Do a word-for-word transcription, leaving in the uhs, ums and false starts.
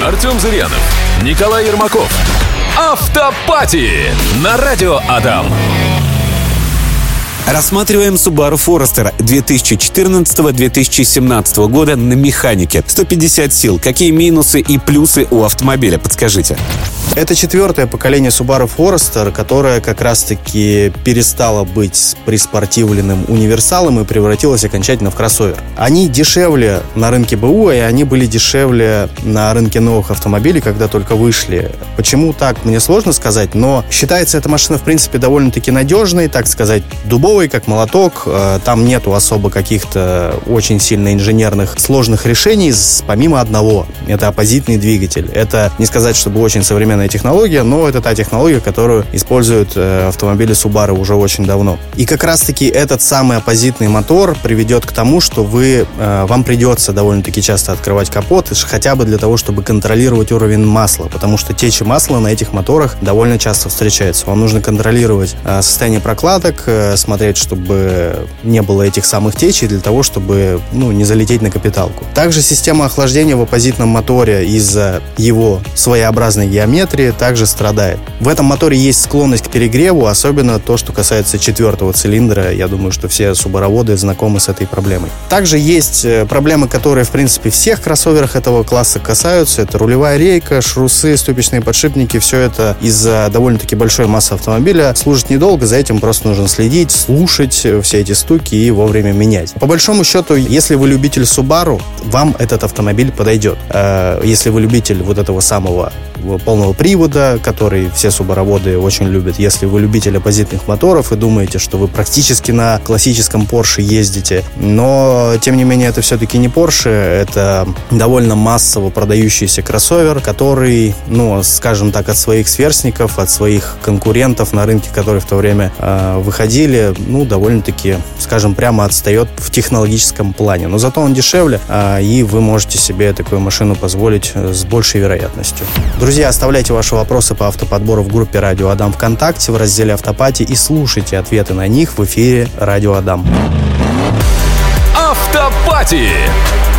Артем Зырянов, Николай Ермаков. Автопати на радио Адам. Рассматриваем Subaru Forester две тысячи четырнадцатого - две тысячи семнадцатого года на механике. сто пятьдесят сил. Какие минусы и плюсы у автомобиля? Подскажите. Это четвертое поколение Subaru Forester, которое как раз-таки перестало быть приспортивленным универсалом и превратилось окончательно в кроссовер. Они дешевле на рынке БУ, и они были дешевле на рынке новых автомобилей, когда только вышли. Почему так, мне сложно сказать, но считается эта машина, в принципе, довольно-таки надежной, так сказать, дубовой, как молоток. Там нету особо каких-то очень сильно инженерных сложных решений, помимо одного. Это оппозитный двигатель. Это, не сказать, чтобы очень современная технология, но это та технология, которую используют э, автомобили Subaru уже очень давно. И как раз-таки этот самый оппозитный мотор приведет к тому, что вы, э, вам придется довольно-таки часто открывать капот, хотя бы для того, чтобы контролировать уровень масла, потому что течи масла на этих моторах довольно часто встречается. Вам нужно контролировать э, состояние прокладок, э, смотреть, чтобы не было этих самых течей, для того, чтобы ну, не залететь на капиталку. Также система охлаждения в оппозитном моторе из-за его своеобразной геометрии также страдает. В этом моторе есть склонность к перегреву, особенно то, что касается четвертого цилиндра. Я думаю, что все субароводы знакомы с этой проблемой. Также есть проблемы, которые, в принципе, всех кроссоверах этого класса касаются. Это рулевая рейка, шрусы, ступичные подшипники. Все это из-за довольно-таки большой массы автомобиля служит недолго. За этим просто нужно следить, слушать все эти стуки и вовремя менять. По большому счету, если вы любитель Subaru, вам этот автомобиль подойдет. Если вы любитель вот этого самого полного привода, который все субароводы очень любят. Если вы любитель оппозитных моторов и думаете, что вы практически на классическом Porsche ездите, но, тем не менее, это все-таки не Porsche, это довольно массово продающийся кроссовер, который, ну, скажем так, от своих сверстников, от своих конкурентов на рынке, которые в то время э, выходили, ну, довольно-таки, скажем, прямо отстает в технологическом плане. Но зато он дешевле, э, и вы можете себе такую машину позволить с большей вероятностью. Друзья, оставляйте ваши вопросы по автоподбору в группе Радио Адам ВКонтакте в разделе Автопати и слушайте ответы на них в эфире Радио Адам. Автопати!